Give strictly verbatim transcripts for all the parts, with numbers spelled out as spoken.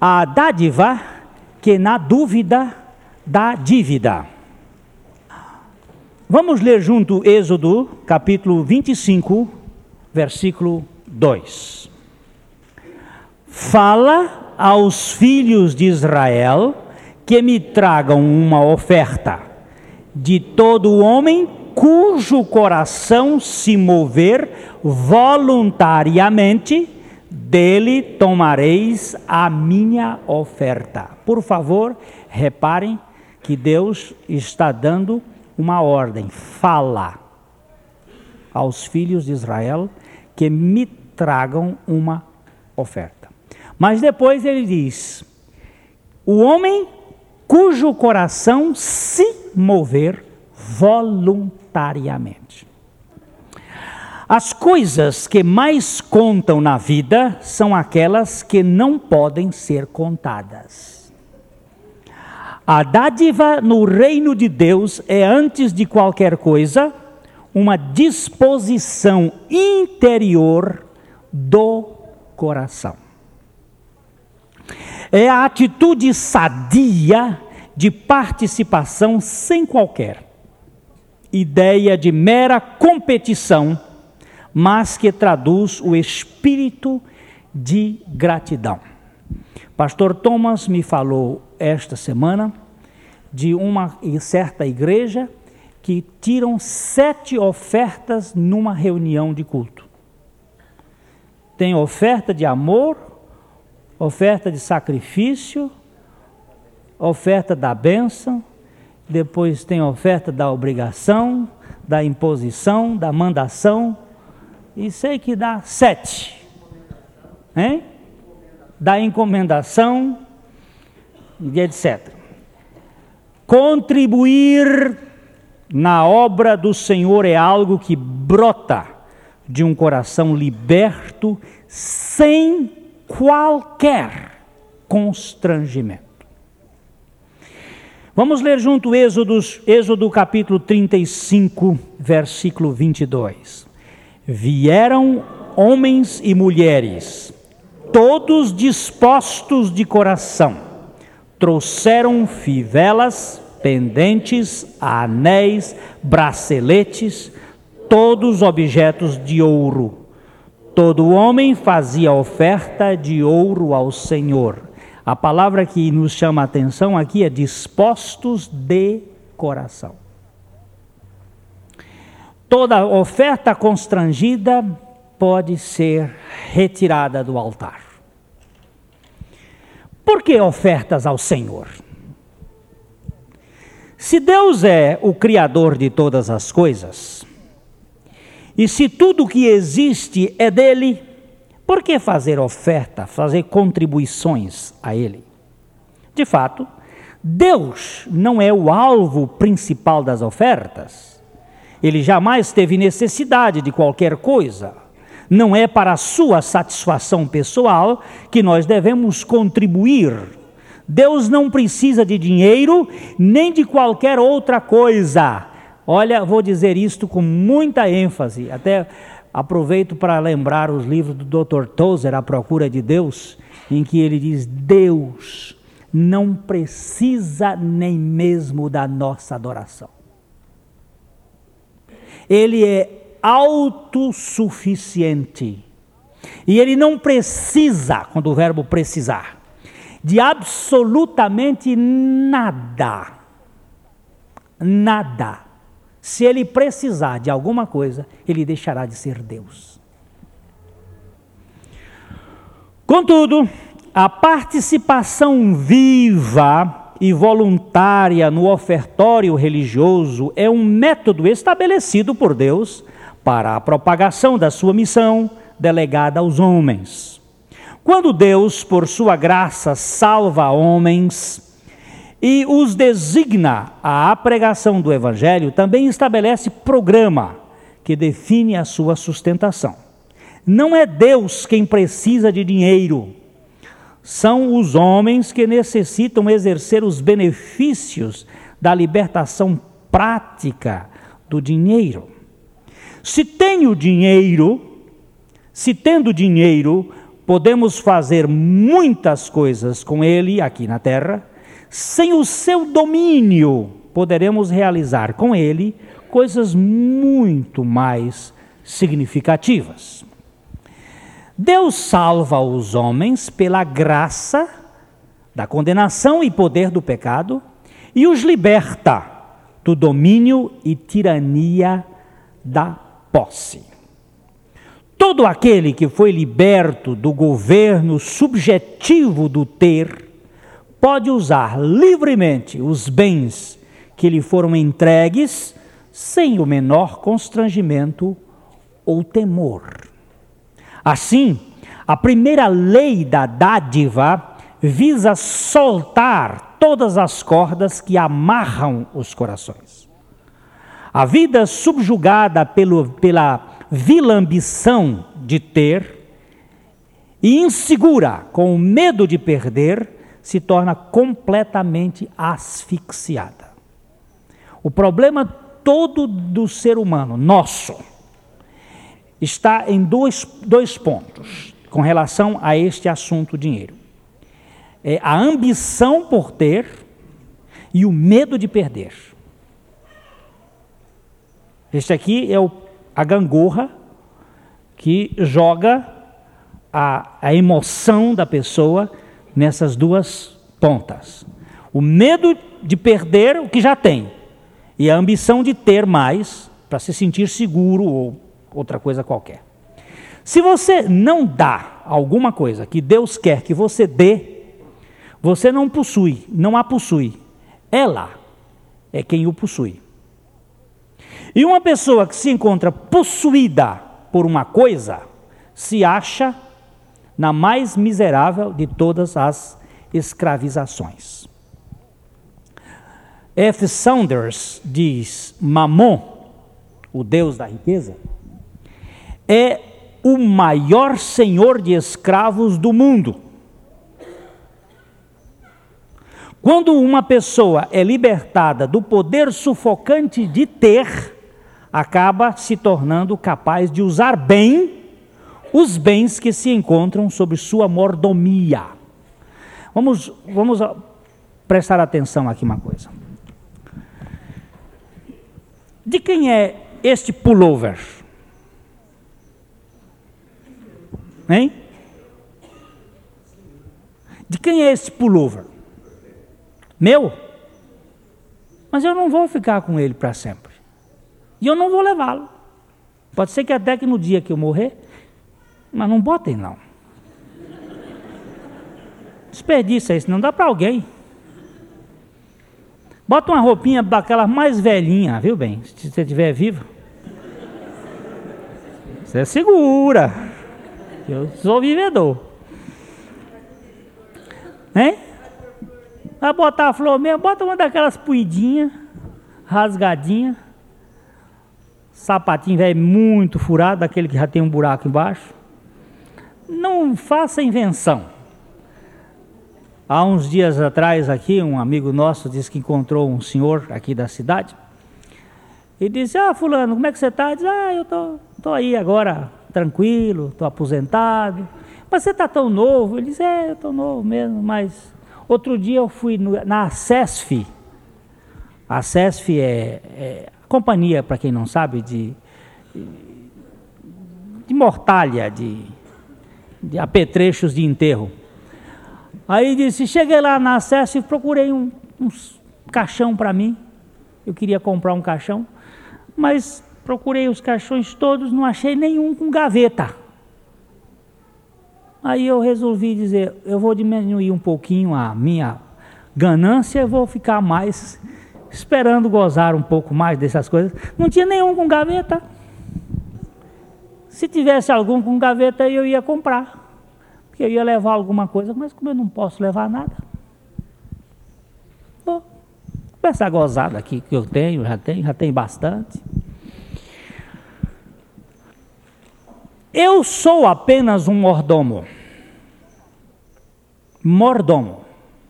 A dádiva que na dúvida dá dívida. Vamos ler junto Êxodo, capítulo vinte e cinco, versículo dois. Fala aos filhos de Israel que me tragam uma oferta de todo homem cujo coração se mover voluntariamente, dele tomareis a minha oferta. Por favor, reparem que Deus está dando uma ordem. Fala aos filhos de Israel que me tragam uma oferta. Mas depois ele diz: o homem cujo coração se mover voluntariamente. As coisas que mais contam na vida são aquelas que não podem ser contadas. A dádiva no reino de Deus é, antes de qualquer coisa, uma disposição interior do coração. É a atitude sadia de participação sem qualquer ideia de mera competição, mas que traduz o espírito de gratidão. Pastor Thomas me falou esta semana de uma certa igreja que tiram sete ofertas numa reunião de culto. Tem oferta de amor, oferta de sacrifício, oferta da bênção, depois tem oferta da obrigação, da imposição, da mandação, e sei que dá sete, hein? Da encomendação, e etcétera. Contribuir na obra do Senhor é algo que brota de um coração liberto, sem qualquer constrangimento. Vamos ler junto Êxodo, Êxodo capítulo trinta e cinco, versículo vinte e dois. Vieram homens e mulheres, todos dispostos de coração, trouxeram fivelas, pendentes, anéis, braceletes, todos objetos de ouro. Todo homem fazia oferta de ouro ao Senhor. A palavra que nos chama a atenção aqui é dispostos de coração. Toda oferta constrangida pode ser retirada do altar. Por que ofertas ao Senhor? Se Deus é o Criador de todas as coisas, e se tudo que existe é dele, por que fazer oferta, fazer contribuições a ele? De fato, Deus não é o alvo principal das ofertas. Ele jamais teve necessidade de qualquer coisa. Não é para a sua satisfação pessoal que nós devemos contribuir. Deus não precisa de dinheiro, nem de qualquer outra coisa. Olha, vou dizer isto com muita ênfase, até aproveito para lembrar os livros do doutor Tozer, A Procura de Deus, em que ele diz: Deus não precisa nem mesmo da nossa adoração. Ele é autossuficiente. E ele não precisa, quando o verbo precisar, de absolutamente nada. Nada. Se ele precisar de alguma coisa, ele deixará de ser Deus. Contudo, a participação viva e voluntária no ofertório religioso é um método estabelecido por Deus para a propagação da sua missão delegada aos homens. Quando Deus, por sua graça, salva homens e os designa à pregação do Evangelho, também estabelece programa que define a sua sustentação. Não é Deus quem precisa de dinheiro, são os homens que necessitam exercer os benefícios da libertação prática do dinheiro. Se tenho dinheiro, se tendo dinheiro, podemos fazer muitas coisas com ele aqui na terra, sem o seu domínio, poderemos realizar com ele coisas muito mais significativas. Deus salva os homens pela graça da condenação e poder do pecado e os liberta do domínio e tirania da posse. Todo aquele que foi liberto do governo subjetivo do ter, pode usar livremente os bens que lhe foram entregues, sem o menor constrangimento ou temor. Assim, a primeira lei da dádiva visa soltar todas as cordas que amarram os corações. A vida subjugada pelo, pela vil ambição de ter e insegura com o medo de perder, se torna completamente asfixiada. O problema todo do ser humano, nosso, está em dois, dois pontos com relação a este assunto dinheiro. É a ambição por ter e o medo de perder. Este aqui é o, a gangorra que joga a, a emoção da pessoa nessas duas pontas. O medo de perder o que já tem e a ambição de ter mais para se sentir seguro ou outra coisa qualquer. Se você não dá alguma coisa que Deus quer que você dê, você não possui, não a possui. Ela é quem o possui. E uma pessoa que se encontra possuída por uma coisa, se acha na mais miserável de todas as escravizações. F. Saunders diz: Mamon, o Deus da riqueza, é o maior senhor de escravos do mundo. Quando uma pessoa é libertada do poder sufocante de ter, acaba se tornando capaz de usar bem os bens que se encontram sob sua mordomia. Vamos, vamos prestar atenção aqui uma coisa. De quem é este pullover? Hein? De quem é este pullover? Meu? Mas eu não vou ficar com ele para sempre. E eu não vou levá-lo. Pode ser que até que no dia que eu morrer, mas não botem não. Desperdiça isso, não dá para alguém. Bota uma roupinha daquela mais velhinha, viu bem? Se você estiver vivo. Você segura. Eu sou vivedor. Hein? Vai botar a flor mesmo, bota uma daquelas puidinhas, rasgadinha, sapatinho velho muito furado, daquele que já tem um buraco embaixo. Não faça invenção. Há uns dias atrás aqui, um amigo nosso disse que encontrou um senhor aqui da cidade. E disse: ah, fulano, como é que você está? Diz: ah, eu tô, tô aí agora, tranquilo, estou aposentado. Mas você está tão novo? Ele disse: é, eu estou novo mesmo, mas... Outro dia eu fui no, na Acesf. A Acesf é, é a companhia, para quem não sabe, de, de mortalha, de, de apetrechos de enterro. Aí disse, cheguei lá na Acesf e procurei um, um caixão para mim. Eu queria comprar um caixão, mas procurei os caixões todos, não achei nenhum com gaveta. Aí eu resolvi dizer, eu vou diminuir um pouquinho a minha ganância, eu vou ficar mais esperando gozar um pouco mais dessas coisas. Não tinha nenhum com gaveta. Se tivesse algum com gaveta, eu ia comprar, porque eu ia levar alguma coisa, mas como eu não posso levar nada, vou começar a gozar daqui que eu tenho, já tenho, já tenho bastante. Eu sou apenas um mordomo. Mordomo.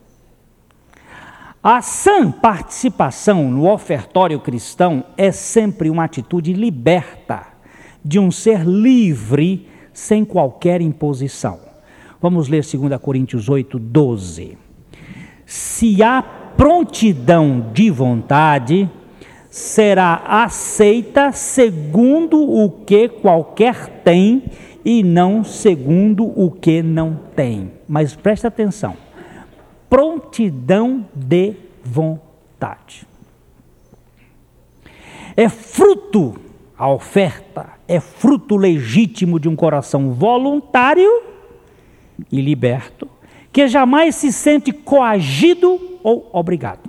A sã participação no ofertório cristão é sempre uma atitude liberta de um ser livre sem qualquer imposição. Vamos ler dois Coríntios oito, doze. Se há prontidão de vontade, será aceita segundo o que qualquer tem e não segundo o que não tem. Mas presta atenção, prontidão de vontade. É fruto, a oferta é fruto legítimo de um coração voluntário e liberto, que jamais se sente coagido ou obrigado.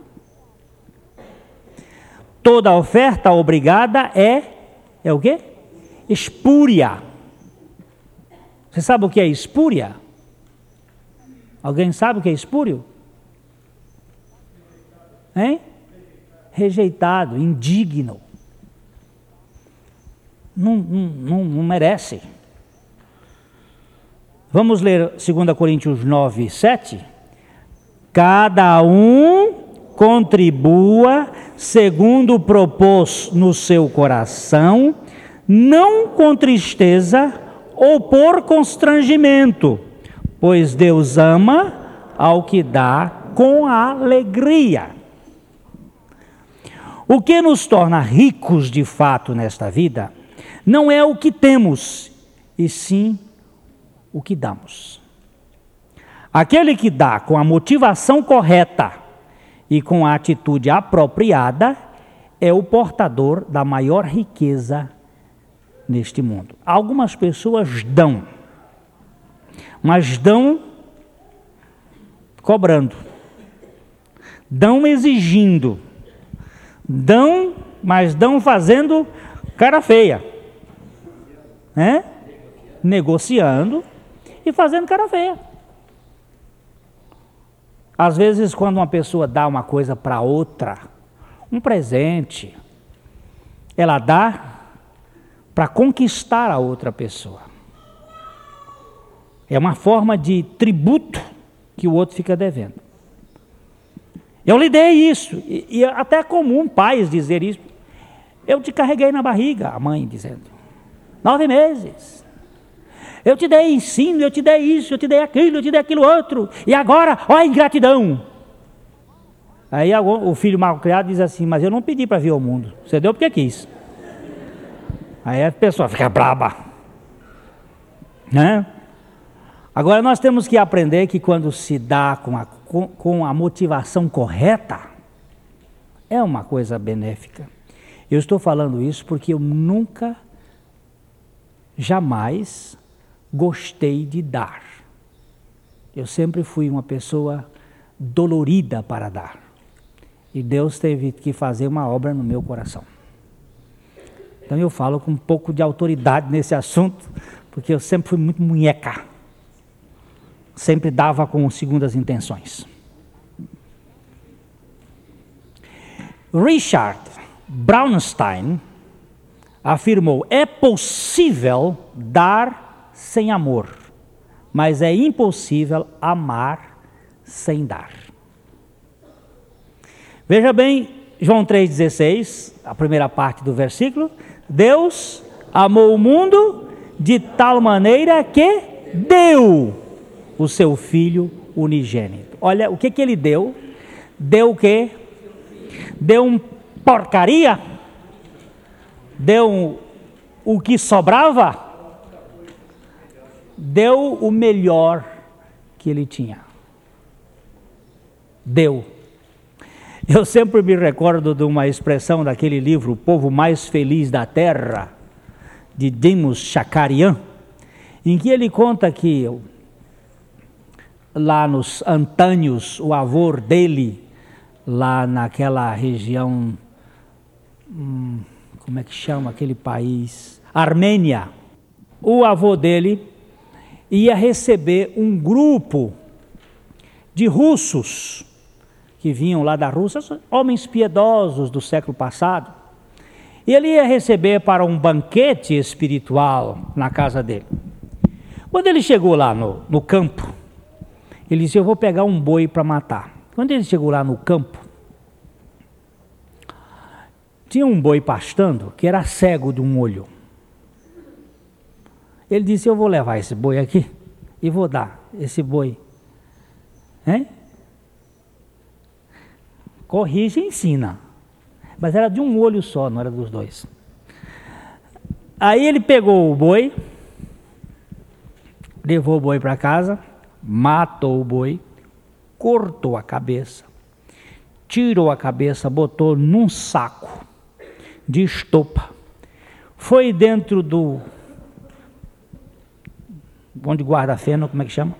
Toda oferta obrigada é, é o quê? Espúria. Você sabe o que é espúria? Alguém sabe o que é espúrio? Hein? Rejeitado, indigno. Não, não, não, não merece. Vamos ler dois Coríntios nove, sete. Cada um contribua segundo propôs no seu coração, não com tristeza ou por constrangimento, pois Deus ama ao que dá com alegria. O que nos torna ricos de fato nesta vida não é o que temos, e sim o que damos. Aquele que dá com a motivação correta e com a atitude apropriada é o portador da maior riqueza neste mundo. Algumas pessoas dão, mas dão cobrando, dão exigindo, dão, mas dão fazendo cara feia, né? Negociando e fazendo cara feia. Às vezes, quando uma pessoa dá uma coisa para outra, um presente, ela dá para conquistar a outra pessoa. É uma forma de tributo que o outro fica devendo. Eu lhe dei isso, e, e até é comum pais dizer isso. Eu te carreguei na barriga, a mãe dizendo, nove meses. Eu te dei ensino, eu te dei isso, eu te dei aquilo, eu te dei aquilo outro. E agora, ó a ingratidão. Aí o filho mal criado diz assim, mas eu não pedi para vir ao mundo. Você deu porque quis. Aí a pessoa fica braba. Né? Agora nós temos que aprender que quando se dá com a, com, com a motivação correta, é uma coisa benéfica. Eu estou falando isso porque eu nunca, jamais gostei de dar. Eu sempre fui uma pessoa dolorida para dar. E Deus teve que fazer uma obra no meu coração. Então eu falo com um pouco de autoridade nesse assunto, porque eu sempre fui muito munheca. Sempre dava com segundas intenções. Richard Brownstein afirmou: é possível dar sem amor, mas é impossível amar sem dar. Veja bem, João três, dezesseis, a primeira parte do versículo. Deus amou o mundo de tal maneira que deu o seu Filho unigênito. Olha, o que que ele deu? Deu o quê? Deu um porcaria? Deu um, o que sobrava? Deu o melhor que ele tinha. Deu. Eu sempre me recordo de uma expressão daquele livro, O Povo Mais Feliz da Terra, de Demos Shakarian, em que ele conta que lá nos antânios, o avô dele, lá naquela região, hum, como é que chama aquele país? Armênia. O avô dele ia receber um grupo de russos que vinham lá da Rússia, homens piedosos do século passado, e ele ia receber para um banquete espiritual na casa dele. Quando ele chegou lá no, no campo, ele disse: eu vou pegar um boi para matar. Quando ele chegou lá no campo, tinha um boi pastando que era cego de um olho. Ele disse: eu vou levar esse boi aqui e vou dar esse boi. Hein? Corrige e ensina. Mas era de um olho só, não era dos dois. Aí ele pegou o boi, levou o boi para casa, matou o boi, cortou a cabeça, tirou a cabeça, botou num saco de estopa, foi dentro do, onde guarda feno, como é que chama?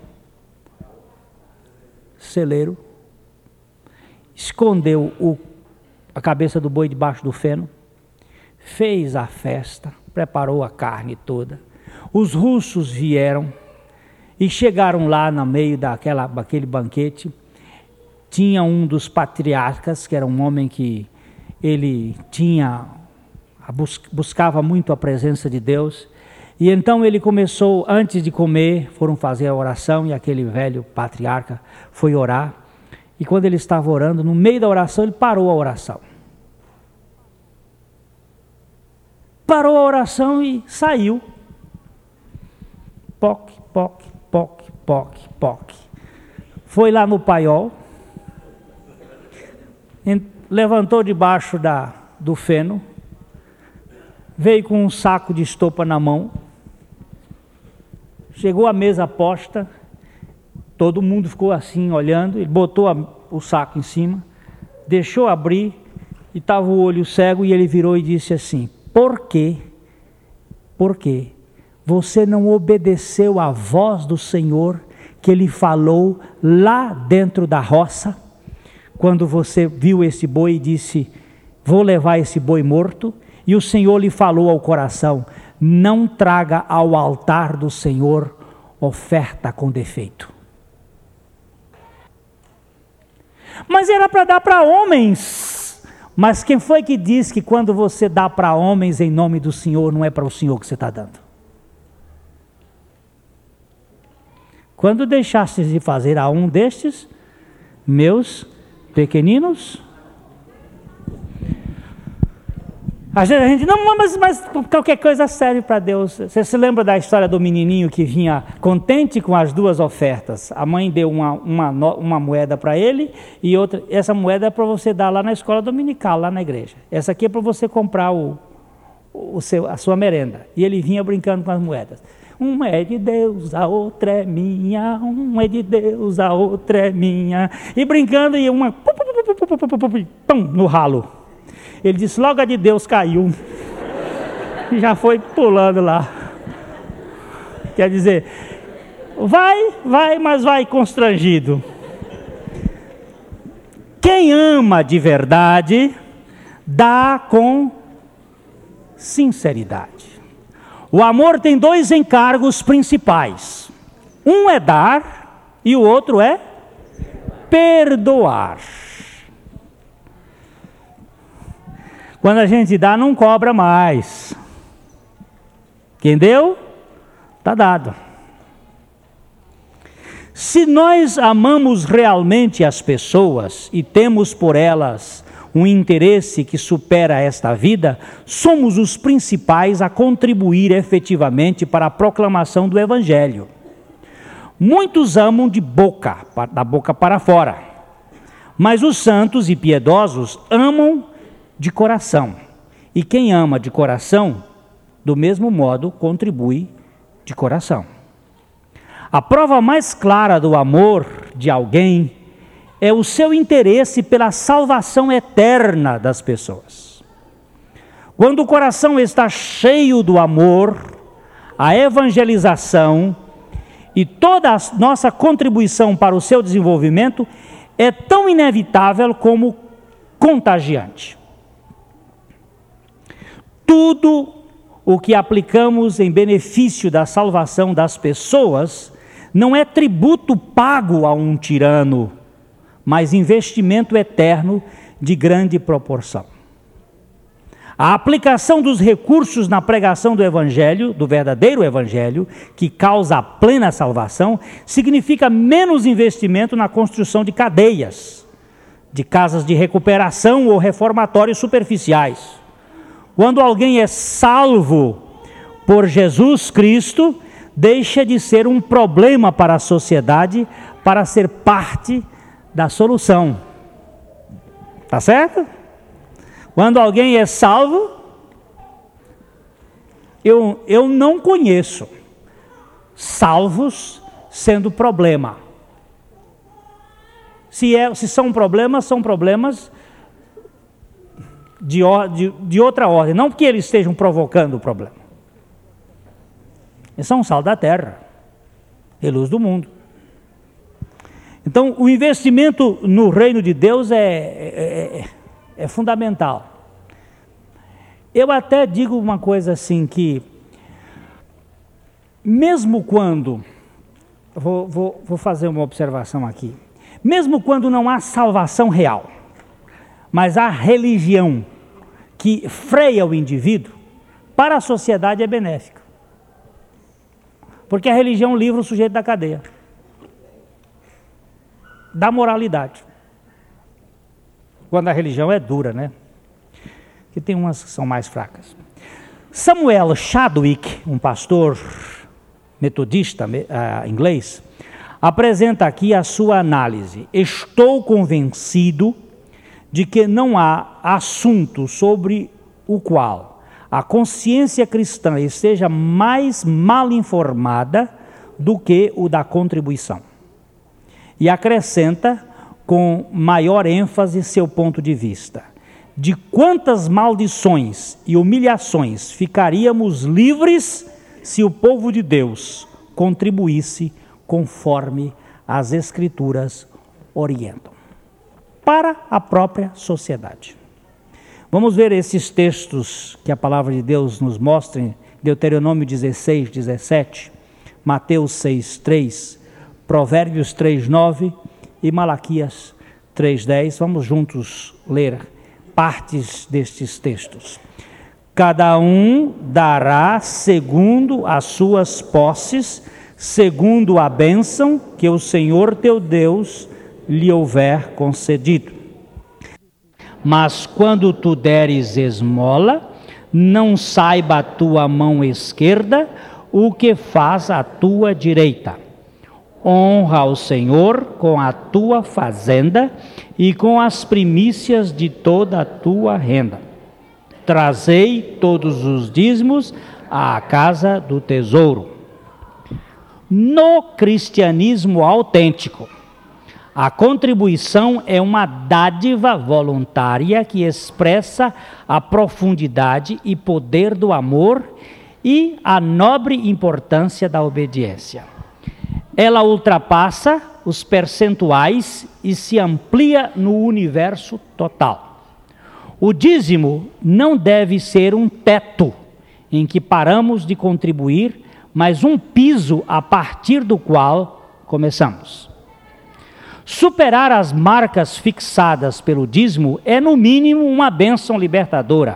Celeiro, escondeu o, a cabeça do boi debaixo do feno, fez a festa, preparou a carne toda. Os russos vieram e chegaram lá no meio daquela, daquele banquete. Tinha um dos patriarcas, que era um homem que ele tinha, buscava muito a presença de Deus. E então ele começou, antes de comer, foram fazer a oração, e aquele velho patriarca foi orar. E quando ele estava orando, no meio da oração, ele parou a oração. Parou a oração e saiu. Poc, poc, poc, poc, poc. Foi lá no paiol, levantou debaixo da, do feno, veio com um saco de estopa na mão, chegou à mesa posta, todo mundo ficou assim olhando, ele botou a, o saco em cima, deixou abrir, e estava o olho cego, e ele virou e disse assim: por quê? Por quê? Você não obedeceu à voz do Senhor que Ele falou lá dentro da roça, quando você viu esse boi e disse: vou levar esse boi morto, e o Senhor lhe falou ao coração: não traga ao altar do Senhor oferta com defeito. Mas era para dar para homens. Mas quem foi que disse que quando você dá para homens em nome do Senhor, não é para o Senhor que você está dando? Quando deixastes de fazer a um destes, meus pequeninos, às vezes a gente, não, mas, mas qualquer coisa serve para Deus. Você se lembra da história do menininho que vinha contente com as duas ofertas? A mãe deu uma, uma, uma moeda para ele e outra. Essa moeda é para você dar lá na escola dominical, lá na igreja. Essa aqui é para você comprar o, o seu, a sua merenda. E ele vinha brincando com as moedas. Uma é de Deus, a outra é minha. Uma é de Deus, a outra é minha. E brincando, e uma pum, no ralo. Ele disse: logo a de Deus caiu. E já foi pulando lá. Quer dizer, vai, vai, mas vai constrangido. Quem ama de verdade, dá com sinceridade. O amor tem dois encargos principais. Um é dar e o outro é perdoar. Quando a gente dá, não cobra mais. Quem deu, está dado. Se nós amamos realmente as pessoas e temos por elas um interesse que supera esta vida, somos os principais a contribuir efetivamente para a proclamação do Evangelho. Muitos amam de boca, da boca para fora, mas os santos e piedosos amam de coração. E quem ama de coração, do mesmo modo, contribui de coração. A prova mais clara do amor de alguém é o seu interesse pela salvação eterna das pessoas. Quando o coração está cheio do amor, a evangelização e toda a nossa contribuição para o seu desenvolvimento é tão inevitável como contagiante. Tudo o que aplicamos em benefício da salvação das pessoas não é tributo pago a um tirano, mas investimento eterno de grande proporção. A aplicação dos recursos na pregação do Evangelho, do verdadeiro Evangelho, que causa a plena salvação, significa menos investimento na construção de cadeias, de casas de recuperação ou reformatórios superficiais. Quando alguém é salvo por Jesus Cristo, deixa de ser um problema para a sociedade para ser parte da solução. Tá certo? Quando alguém é salvo, eu, eu não conheço salvos sendo problema. Se, é, se são problemas, são problemas de, de, de outra ordem. Não porque eles estejam provocando o problema. Eles são sal da terra e luz do mundo. Então, o investimento no reino de Deus é, é, é fundamental. Eu até digo uma coisa assim, que mesmo quando, vou, vou, vou fazer uma observação aqui, mesmo quando não há salvação real, mas há religião que freia o indivíduo, para a sociedade é benéfica. Porque a religião livra o sujeito da cadeia, da moralidade. Quando a religião é dura, né? Que tem umas que são mais fracas. Samuel Chadwick, um pastor metodista uh, inglês, apresenta aqui a sua análise. Estou convencido de que não há assunto sobre o qual a consciência cristã esteja mais mal informada do que o da contribuição. E acrescenta com maior ênfase seu ponto de vista. De quantas maldições e humilhações ficaríamos livres se o povo de Deus contribuísse conforme as Escrituras orientam, para a própria sociedade. Vamos ver esses textos que a palavra de Deus nos mostra em Deuteronômio dezesseis, dezessete, Mateus seis, três, Provérbios três, nove e Malaquias três, dez. Vamos juntos ler partes destes textos. Cada um dará segundo as suas posses, segundo a bênção que o Senhor teu Deus lhe houver concedido. Mas quando tu deres esmola, não saiba a tua mão esquerda o que faz a tua direita. Honra ao Senhor com a tua fazenda e com as primícias de toda a tua renda. Trazei todos os dízimos à casa do tesouro. No cristianismo autêntico, a contribuição é uma dádiva voluntária que expressa a profundidade e poder do amor e a nobre importância da obediência. Ela ultrapassa os percentuais e se amplia no universo total. O dízimo não deve ser um teto em que paramos de contribuir, mas um piso a partir do qual começamos. Superar as marcas fixadas pelo dízimo é, no mínimo, uma bênção libertadora.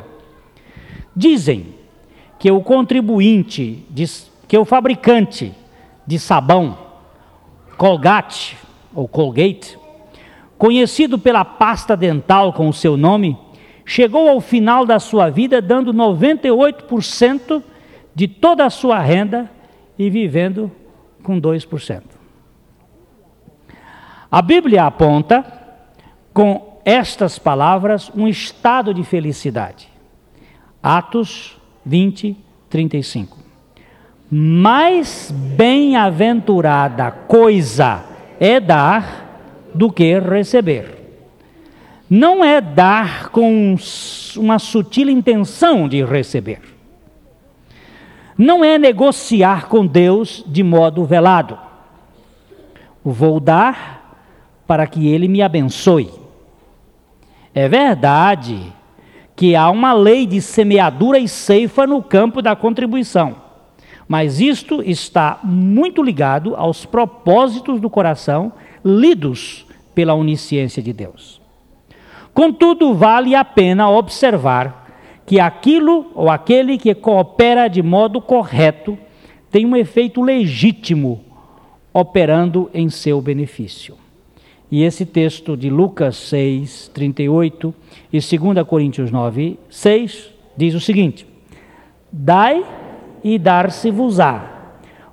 Dizem que o contribuinte, que o fabricante de sabão, Colgate, ou Colgate, conhecido pela pasta dental com o seu nome, chegou ao final da sua vida dando noventa e oito por cento de toda a sua renda e vivendo com dois por cento. A Bíblia aponta, com estas palavras, um estado de felicidade. Atos vinte, trinta e cinco. Mais bem-aventurada coisa é dar do que receber. Não é dar com uma sutil intenção de receber. Não é negociar com Deus de modo velado. Vou dar para que Ele me abençoe. É verdade que há uma lei de semeadura e ceifa no campo da contribuição. Mas isto está muito ligado aos propósitos do coração, lidos pela onisciência de Deus. Contudo, vale a pena observar que aquilo ou aquele que coopera de modo correto tem um efeito legítimo operando em seu benefício. E esse texto de Lucas seis, trinta e oito e dois Coríntios nove, seis diz o seguinte: dai e dar-se-vos-á,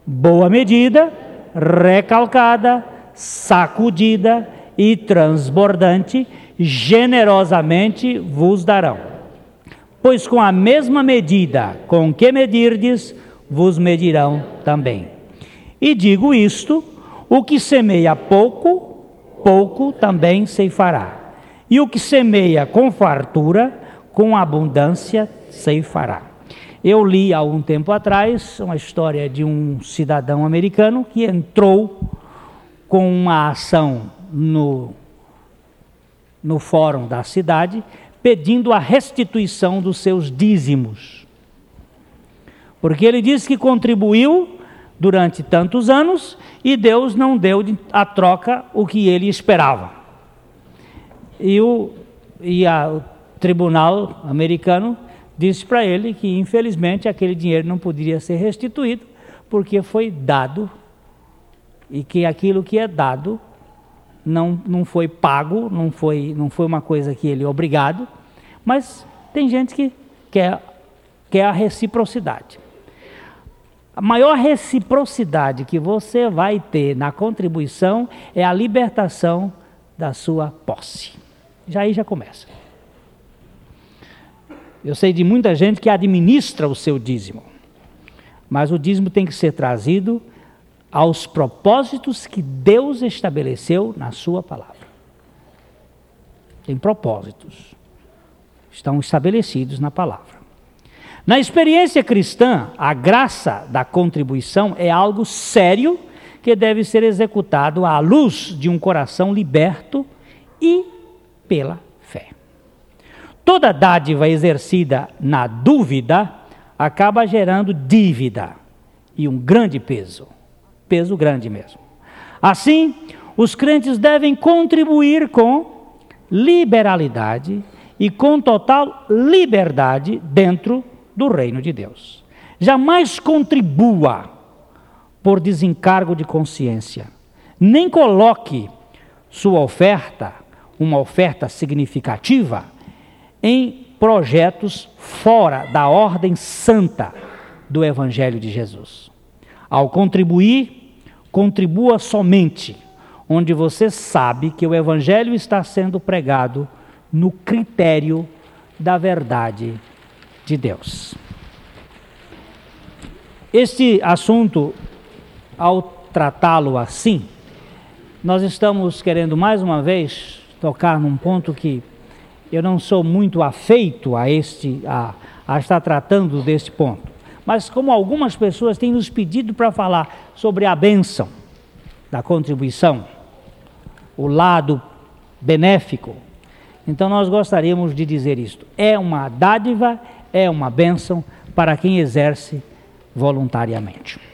boa medida, recalcada, sacudida e transbordante, generosamente vos darão. Pois com a mesma medida com que medirdes, vos medirão também. E digo isto: o que semeia pouco, pouco também ceifará. E o que semeia com fartura, com abundância ceifará. Eu li há um tempo atrás uma história de um cidadão americano que entrou com uma ação no, no fórum da cidade, pedindo a restituição dos seus dízimos. Porque ele disse que contribuiu durante tantos anos e Deus não deu a troca o que ele esperava. E o, e a, o tribunal americano disse para ele que, infelizmente, aquele dinheiro não poderia ser restituído, porque foi dado, e que aquilo que é dado não, não foi pago, não foi, não foi uma coisa que ele é obrigado, mas tem gente que quer, quer a reciprocidade. A maior reciprocidade que você vai ter na contribuição é a libertação da sua posse. Já aí já começa. Eu sei de muita gente que administra o seu dízimo, mas o dízimo tem que ser trazido aos propósitos que Deus estabeleceu na sua palavra. Tem propósitos, estão estabelecidos na palavra. Na experiência cristã, a graça da contribuição é algo sério que deve ser executado à luz de um coração liberto e pela fé. Toda dádiva exercida na dúvida acaba gerando dívida e um grande peso, peso grande mesmo. Assim, os crentes devem contribuir com liberalidade e com total liberdade dentro do reino de Deus. Jamais contribua por desencargo de consciência, nem coloque sua oferta, uma oferta significativa, em projetos fora da ordem santa do Evangelho de Jesus. Ao contribuir, contribua somente onde você sabe que o Evangelho está sendo pregado no critério da verdade de Deus. Este assunto, ao tratá-lo assim, nós estamos querendo mais uma vez tocar num ponto que eu não sou muito afeito a, este, a, a estar tratando deste ponto. Mas como algumas pessoas têm nos pedido para falar sobre a bênção da contribuição, o lado benéfico, então nós gostaríamos de dizer isto. É uma dádiva, é uma bênção para quem exerce voluntariamente.